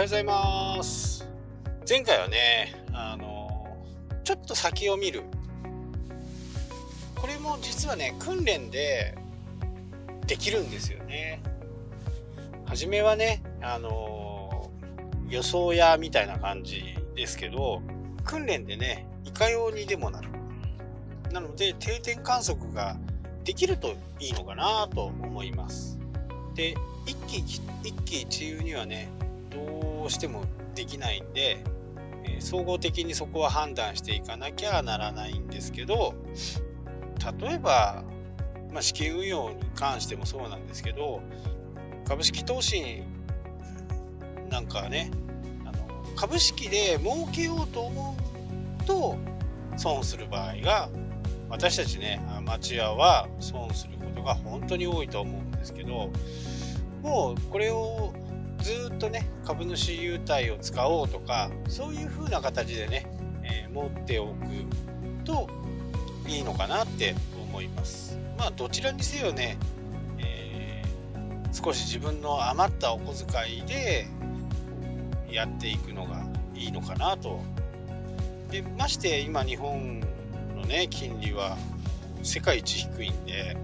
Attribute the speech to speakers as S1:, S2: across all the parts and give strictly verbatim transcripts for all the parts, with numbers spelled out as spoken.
S1: ようございます。前回はね、あのちょっと先を見る。これも実はね、訓練でできるんですよね。初めはね、あの予想屋みたいな感じですけど、訓練でね、いかようにでもなる。なので定点観測ができるといいのかなと思います。で、一喜一喜一憂にはね、どうしてもできないんで、えー、総合的にそこは判断していかなきゃならないんですけど、例えば、まあ、資金運用に関してもそうなんですけど、株式投資なんかはね、あの株式で儲けようと思うと損する場合が、私たちね、アマチュアは損することが本当に多いと思うんですけど、もうこれをずっとね、株主優待を使おうとか、そういう風な形でね、えー、持っておくといいのかなって思います。まあどちらにせよね、えー、少し自分の余ったお小遣いでやっていくのがいいのかなと。で、まして今日本のね、金利は世界一低いんで、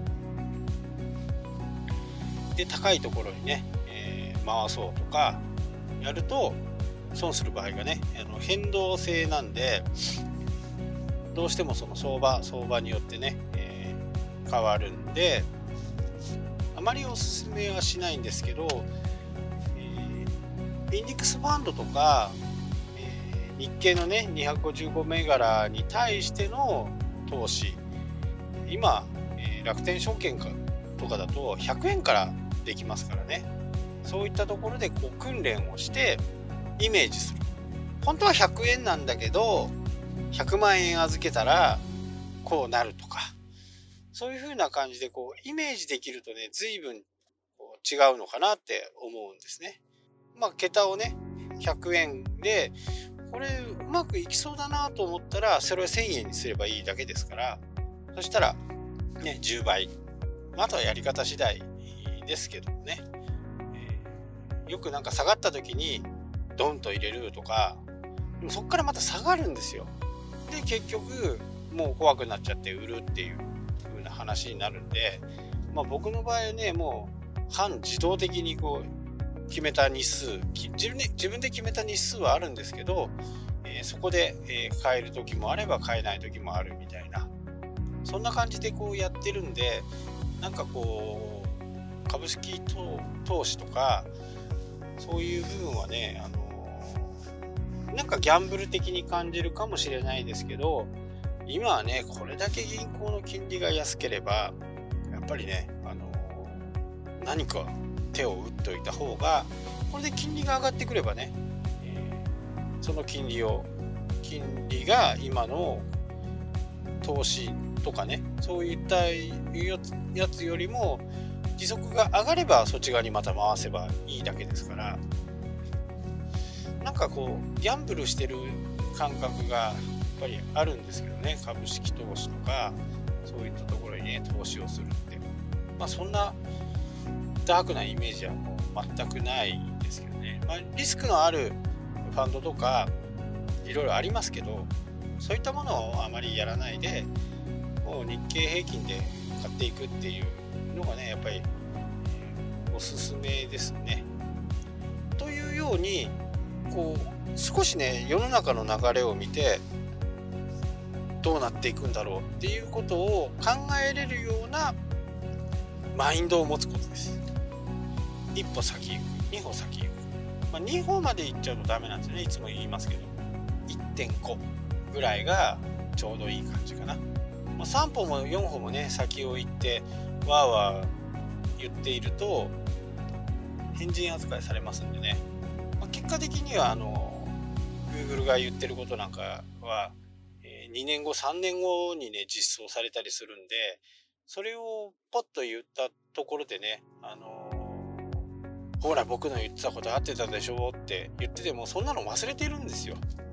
S1: で高いところにね、えー、回そうとかやると損する場合がね、あの変動性なんで、どうしてもその相場相場によってね、えー、変わるんで、あまりおすすめはしないんですけど、えー、インデックスファンドとか、えー、日経のねにひゃくごじゅうご銘柄に対しての投資、今、えー、楽天証券かとかだとひゃくえんからできますからね。そういったところでこう訓練をしてイメージする。本当はひゃくえんなんだけどひゃくまんえん預けたらこうなるとか、そういう風な感じでこうイメージできるとね、随分こう違うのかなって思うんですね。まあ桁をねひゃくえんで、これうまくいきそうだなと思ったらそれをせんえんにすればいいだけですから、そしたらねじゅうばい、あとはやり方次第ですけどね、えー、よくなんか下がった時にドンと入れるとか、でもそこからまた下がるんですよ。で結局もう怖くなっちゃって売るっていう風な話になるんで、まあ僕の場合はね、もう半自動的にこう決めた日数、自分で自分で決めた日数はあるんですけど、えー、そこで、えー、買える時もあれば買えない時もあるみたいな、そんな感じでこうやってるんで、なんかこう株式投資とかそういう部分はね、あのなんかギャンブル的に感じるかもしれないですけど、今はねこれだけ銀行の金利が安ければ、やっぱりね、あの何か手を打っておいた方が、これで金利が上がってくればね、えー、その金利を金利が今の投資とかね、そういったやつよりも利息が上がればそっち側にまた回せばいいだけですから、なんかこうギャンブルしてる感覚がやっぱりあるんですけどね、株式投資とかそういったところにね投資をするって、まあそんなダークなイメージはもう全くないんですけどね。まあ、リスクのあるファンドとかいろいろありますけど、そういったものをあまりやらないで、もう日経平均で買っていくっていうのがね、やっぱり、えー、おすすめですね。というように、こう少しね世の中の流れを見てどうなっていくんだろうっていうことを考えれるようなマインドを持つことです。一歩先行く、二歩先行く、まあ、に歩まで行っちゃうとダメなんですよね。いつも言いますけど いってんご ぐらいがちょうどいい感じかな。まあ、さん歩もよん歩もね先を行ってわーわー言っていると変人扱いされますんでね、まあ、結果的にはあの Google が言ってることなんかは、えー、にねんごさんねんごにね実装されたりするんで、それをポッと言ったところでね、あのー、ほら僕の言ってたこと合ってたでしょって言ってても、そんなの忘れてるんですよ。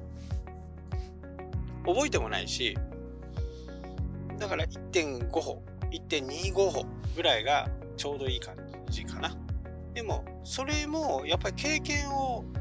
S1: 覚えてもないし、だから いってんご 歩 いってんにご 歩ぐらいがちょうどいい感じかな。でもそれもやっぱり経験を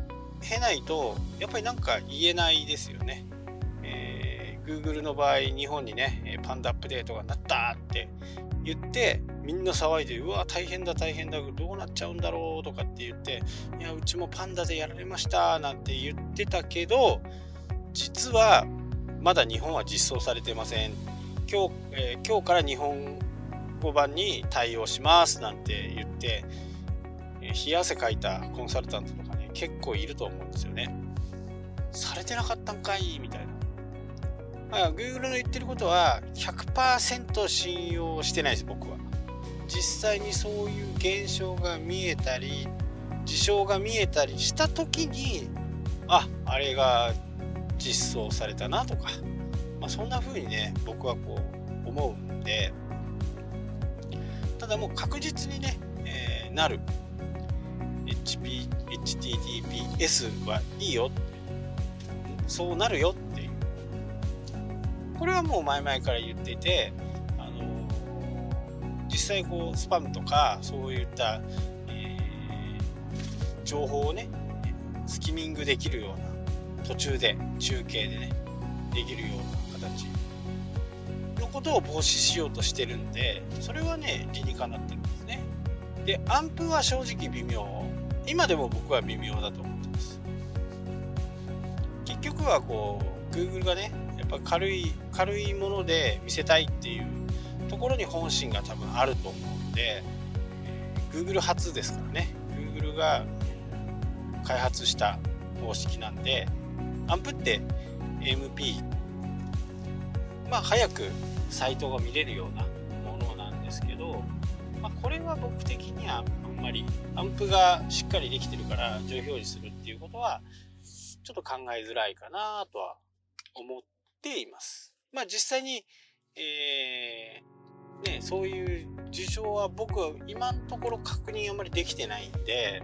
S1: 経ないとやっぱりなんか言えないですよね。えー、Google の場合日本にねパンダアップデートがなったって言ってみんな騒いで、うわ大変だ大変だどうなっちゃうんだろうとかって言って、いやうちもパンダでやられましたなんて言ってたけど、実はまだ日本は実装されてません。今日、えー、今日から日本語版に対応しますなんて言って、えー、冷や汗かいたコンサルタントとかね結構いると思うんですよね。されてなかったんかいみたいな。まあ、Google の言ってることは ひゃくパーセント 信用してないです僕は。実際にそういう現象が見えたり事象が見えたりした時に、あ、あれが実装されたなとか、まあ、そんな風にね僕はこう思うんで、ただもう確実にね、えー、なる エイチピー エイチティーティーピーエス はいいよ、そうなるよっていう、これはもう前々から言っていて、あのー、実際こうスパムとかそういった、えー、情報をねスキミングできるような、途中で中継でねできるような形のことを防止しようとしてるんで、それはね理にかなってるんですね。でアンプは正直微妙、今でも僕は微妙だと思ってます。結局はこう Google がねやっぱ軽い軽いもので見せたいっていうところに本心が多分あると思うので、えー、Google 初ですからね、 Google が開発した方式なんで、アンプって エーエムピー、 まあ早くサイトが見れるようなものなんですけど、まあ、これは僕的にはあんまりアンプがしっかりできてるから上表示するっていうことはちょっと考えづらいかなとは思っています。まあ実際に、えーね、そういう事象は僕は今のところ確認あんまりできてないんで、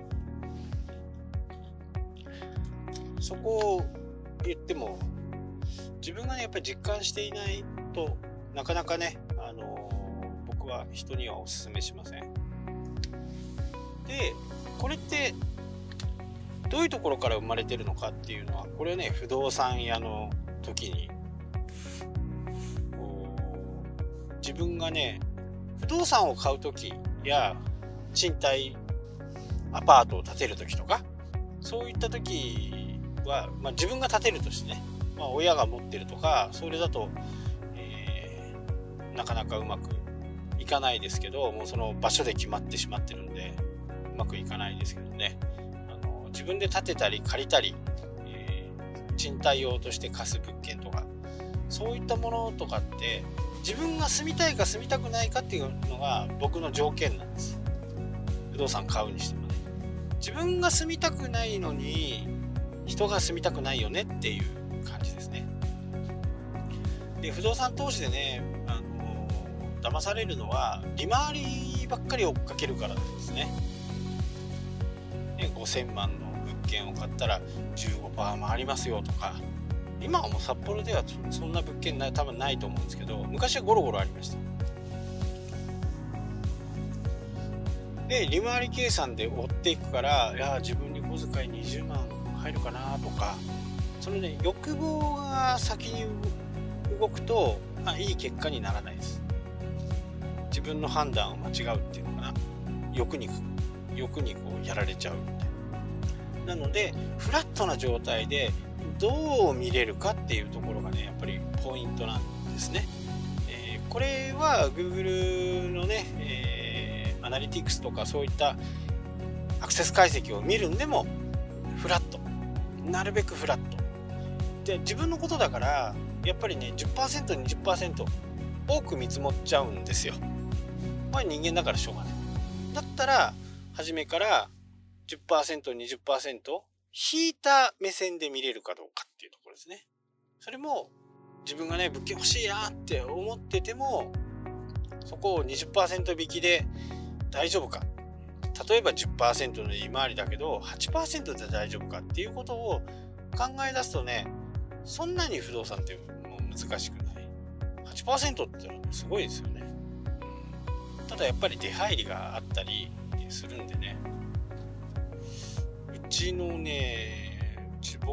S1: そこを言っても自分がねやっぱり実感していないとなかなかね、あのー、僕は人にはお勧めしません。でこれってどういうところから生まれてるのかっていうのは、これね不動産屋の時に自分がね不動産を買う時や賃貸アパートを建てる時とか、そういった時は、まあ、自分が建てるとしてね、まあ、親が持ってるとかそれだと、えー、なかなかうまくいかないですけど、もうその場所で決まってしまってるんでうまくいかないですけどね、あの自分で建てたり借りたり、えー、賃貸用として貸す物件とかそういったものとかって自分が住みたいか住みたくないかっていうのが僕の条件なんです。不動産買うにしてもね、自分が住みたくないのに人が住みたくないよねっていう感じですね。で不動産投資でね、あの騙されるのは利回りばっかり追っかけるからなんですね。ねごせんまんの物件を買ったら じゅうごパーセント 回りますよとか、今はもう札幌ではそんな物件な多分ないと思うんですけど、昔はゴロゴロありました。で利回り計算で追っていくから、いや自分に小遣いにじゅうまん入るかなとか、そのね欲望が先に動くと、まあ、いい結果にならないです。自分の判断を間違うっていうのかな、欲に欲にこうやられちゃうみたいな。なのでフラットな状態でどう見れるかっていうところがねやっぱりポイントなんですね。えー、これは Google のね、えー、アナリティクスとかそういったアクセス解析を見るんでもフラット、なるべくフラットで、自分のことだからやっぱりね じゅっパーセント、にじゅっパーセント 多く見積もっちゃうんですよ。まあ人間だからしょうがない。だったら初めから じゅっパーセント、にじゅっパーセント 引いた目線で見れるかどうかっていうところですね。それも自分がね物件欲しいなって思ってても、そこを にじゅっパーセント 引きで大丈夫か、例えば じゅっパーセント の利回りだけど はちパーセント で大丈夫かっていうことを考え出すとね、そんなに不動産ってもう難しくない。 はちパーセント ってすごいですよね。ただやっぱり出入りがあったりするんでね、うちのね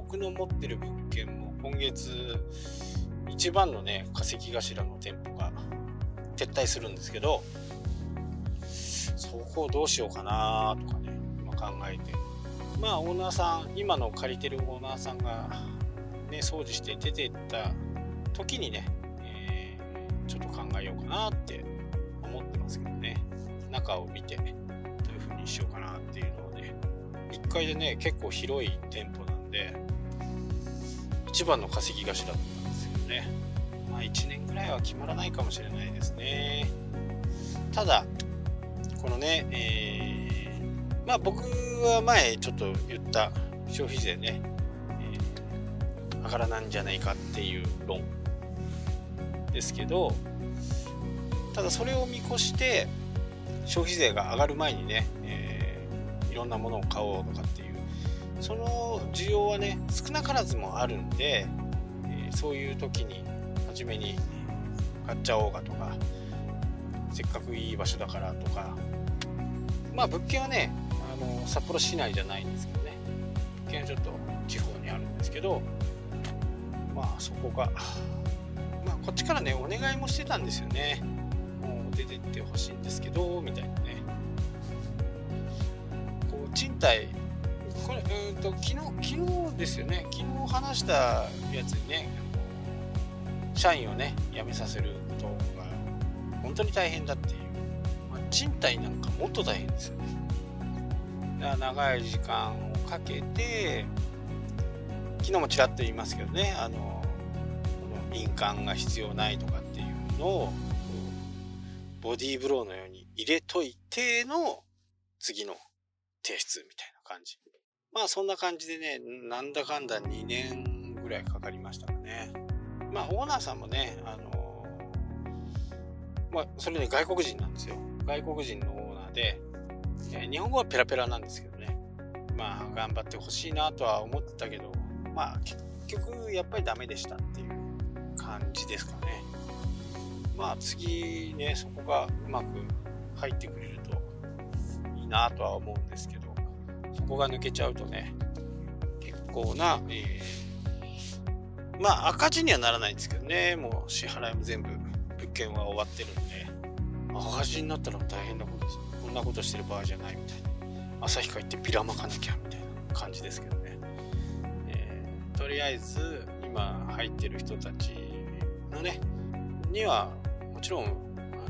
S1: 僕の持ってる物件も今月一番のね化石頭の店舗が撤退するんですけど、そこをどうしようかなとかね今考えて、まあオーナーさん、今の借りてるオーナーさんがね掃除して出てった時にね、えー、ちょっと考えようかなって思ってますけどね。中を見てどういう風にしようかなっていうのをね、いっかいでね結構広い店舗なんで一番の稼ぎ頭だったんですけどね、まあいちねんぐらいは決まらないかもしれないですね。ただこのね、えー、まあ僕は前ちょっと言った消費税ね、えー、上がらないんじゃないかっていう論ですけど、ただそれを見越して消費税が上がる前にね、えー、いろんなものを買おうとかっていうその需要はね少なからずもあるんで、えー、そういう時に初めに買っちゃおうかとか、せっかくいい場所だからとか、まあ物件はねあの札幌市内じゃないんですけどね、物件はちょっと地方にあるんですけど、まあそこがまあこっちからねお願いもしてたんですよね。出てってほしいんですけどみたいなね、こう賃貸これうんと昨日昨日ですよね、昨日話したやつにね、社員をね辞めさせることが本当に大変だっていう、まあ、賃貸なんかもっと大変ですよね。だから長い時間をかけて、昨日もちらっと言いますけどね、あのこの印鑑が必要ないとかっていうのをボディーブローのように入れといての次の提出みたいな感じ。まあそんな感じでね、なんだかんだにねんぐらいかかりましたかね。まあオーナーさんもね、あのー、まあそれね外国人なんですよ。外国人のオーナーで、えー、日本語はペラペラなんですけどね。まあ頑張ってほしいなとは思ってたけど、まあ結局やっぱりダメでしたっていう感じですかね。まあ次ねそこがうまく入ってくれるといいなとは思うんですけど、そこが抜けちゃうとね結構な、えー、まあ赤字にはならないんですけどね、もう支払いも全部物件は終わってるんで、赤字になったら大変なことです。こんなことしてる場合じゃないみたいな、旭川行ってビラまかなきゃみたいな感じですけどね、えー、とりあえず今入ってる人たちのねにはもちろんあの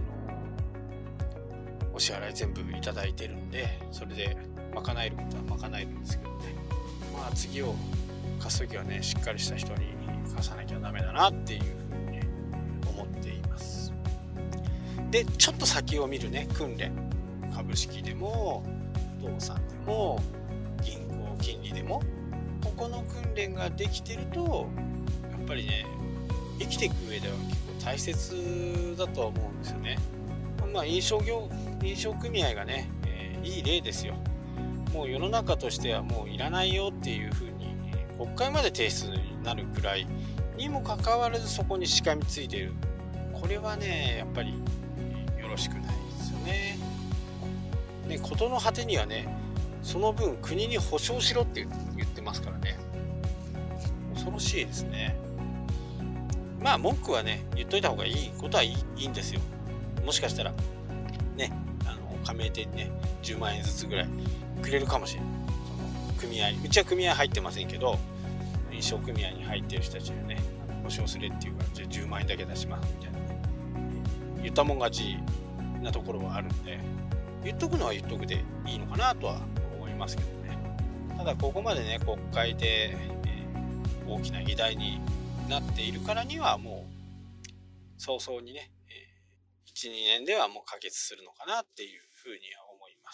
S1: お支払い全部いただいてるんで、それで賄えることは賄えるんですけどね、まあ次を貸すときはねしっかりした人に貸さなきゃダメだなっていうふうに、ね、思っています。でちょっと先を見るね訓練、株式でも不動産でも銀行金利でもここの訓練ができてるとやっぱりね生きていく上では結構大切だとは思うんですよね。まあ飲食業飲食組合がね、えー、いい例ですよ。もう世の中としてはもういらないよっていうふうに国会まで提出になるくらいにもかかわらずそこにしがみついている、これはねやっぱりよろしくないですよね。ね、事の果てにはねその分国に保証しろって言ってますからね、恐ろしいですね。まあ文句はね言っといた方がいいことはいい、いいんですよ。もしかしたらねあの加盟店にねじゅうまんえんずつぐらいくれるかもしれない。その組合、うちは組合入ってませんけど飲食組合に入ってる人たちにね保証するっていうから、じゃあじゅうまんえんだけ出しますみたいな、ね、言ったもん勝ちなところはあるんで、言っとくのは言っとくでいいのかなとは思いますけどね。ただここまでね国会で、えー、大きな議題になっているからにはもう早々にね、えー、いちにねんではもう可決するのかなっていうふうには思います。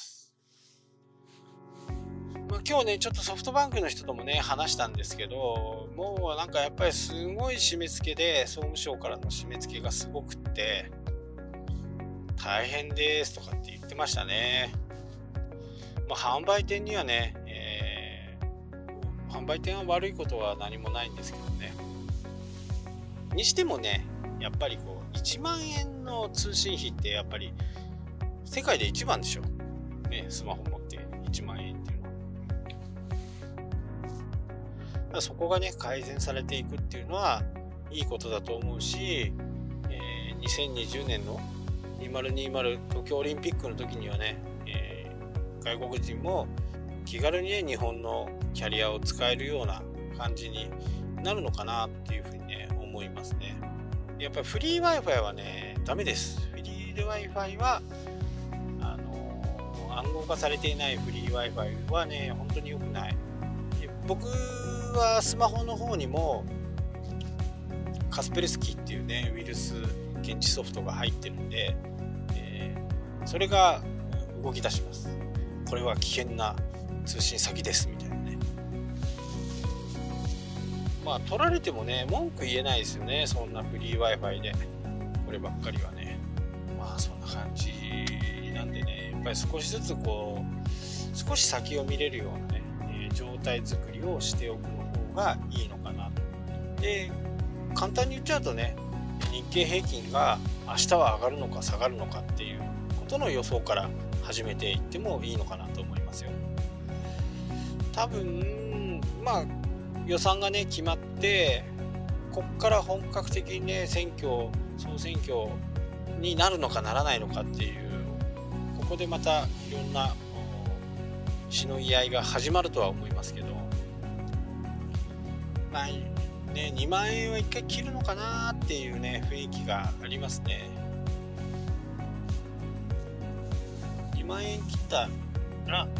S1: まあ、今日ねちょっとソフトバンクの人ともね話したんですけど、もうなんかやっぱりすごい締め付けで、総務省からの締め付けがすごくって大変ですとかって言ってましたね。まあ、販売店にはね、えー、販売店は悪いことは何もないんですけどね、にしてもねやっぱりこういちまんえんの通信費ってやっぱり世界で一番でしょ、ね、スマホ持っていちまんえんっていうのは。 そこがね改善されていくっていうのはいいことだと思うし、えー、にせんにじゅうねんのにせんにじゅう東京オリンピックの時にはね、えー、外国人も気軽にね日本のキャリアを使えるような感じになるのかなっていうふうにね思いますね。やっぱりフリー Wi-Fi はねダメです。フリーで Wi-Fi はあのー、暗号化されていないフリー Wi-Fi はね本当に良くない。僕はスマホの方にもカスペルスキーっていうねウイルス検知ソフトが入ってるんで、えー、それが動き出します。これは危険な通信先ですみたいなね。まあ取られてもね文句言えないですよね。そんなフリー Wi-Fi でこればっかりはね。まあそんな感じなんでね、やっぱり少しずつこう少し先を見れるようなね、えー、状態作りをしておくの方がいいのかなと。で簡単に言っちゃうとね、日経平均が明日は上がるのか下がるのかっていうことの予想から始めていってもいいのかなと思いますよ。多分まあ予算がね決まってこっから本格的にね選挙総選挙になるのかならないのかっていうここでまたいろんなしのぎ合いが始まるとは思いますけど、まあね、にまんえんはいっかい切るのかなっていうね雰囲気がありますね。にまんえん切ったらや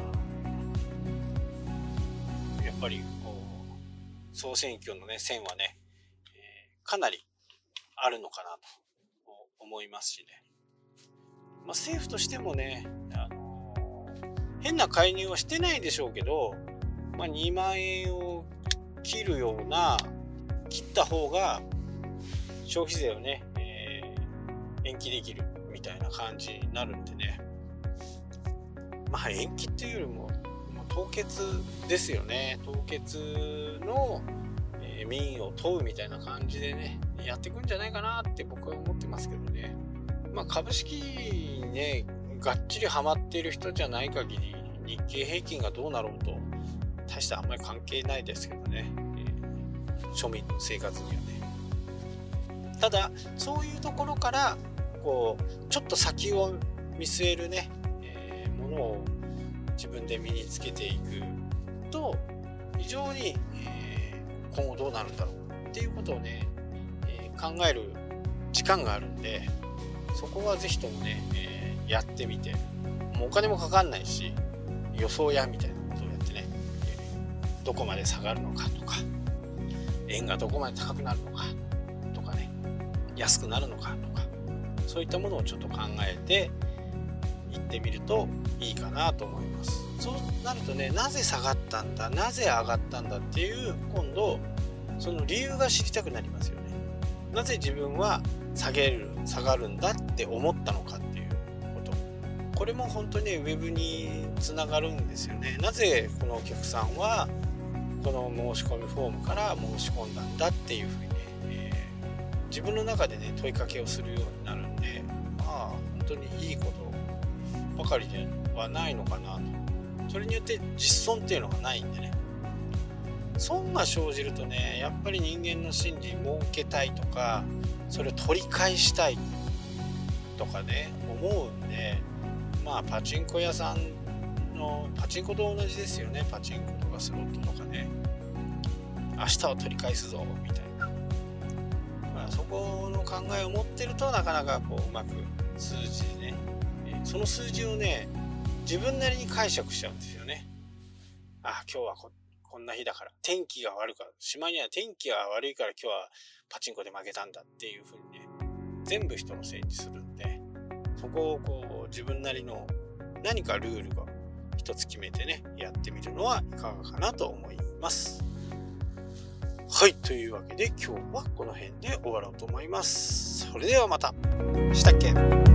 S1: っぱりこう総選挙のね線はね、えー、かなりあるのかなと思いますしね、まあ、政府としてもね、あのー、変な介入はしてないでしょうけど、まあ、にまんえんを切るような切った方が消費税をね、えー、延期できるみたいな感じになるんでね、まあ延期っていうよりも凍結ですよね。凍結の、えー、民意を問うみたいな感じでねやっていくんじゃないかなって僕は思ってますけどね。まあ株式にねがっちりハマっている人じゃない限り日経平均がどうなろうと大してあんまり関係ないですけどね、えー、庶民の生活にはね。ただそういうところからこうちょっと先を見据えるね、えー、ものを自分で身につけていくと非常に、えー、今後どうなるんだろうっていうことをね、えー、考える時間があるんで、そこはぜひともね、えー、やってみて、もうお金もかかんないし予想やみたいなことをやってね、えー、どこまで下がるのかとか円がどこまで高くなるのかとかね安くなるのかとかそういったものをちょっと考えていってみるといいかなと思います。そうなるとね、なぜ下がったんだ、なぜ上がったんだっていう今度その理由が知りたくなりますよね。なぜ自分は下げる下がるんだって思ったのかっていうこと、これも本当にねウェブにつながるんですよね。なぜこのお客さんはこの申し込みフォームから申し込んだんだっていうふうにね、えー、自分の中でね問いかけをするようになるんで、まあ本当にいいことばかりではないのかなと。それによって実損っていうのがないんでね、損が生じるとねやっぱり人間の心理儲けたいとかそれを取り返したいとかね思うんで、まあパチンコ屋さんのパチンコと同じですよね。パチンコとかスロットとかね、明日は取り返すぞみたいな、まあ、そこの考えを持ってるとなかなかこううまく数字でね、その数字をね自分なりに解釈しちゃうんですよね。あ、今日は こ, こんな日だから天気が悪いからしまいには天気が悪いから今日はパチンコで負けたんだっていう風にね全部人のせいにするんで、そこをこう自分なりの何かルールが一つ決めてねやってみるのはいかがかなと思います。はい、というわけで今日はこの辺で終わろうと思います。それではまた。したっけ。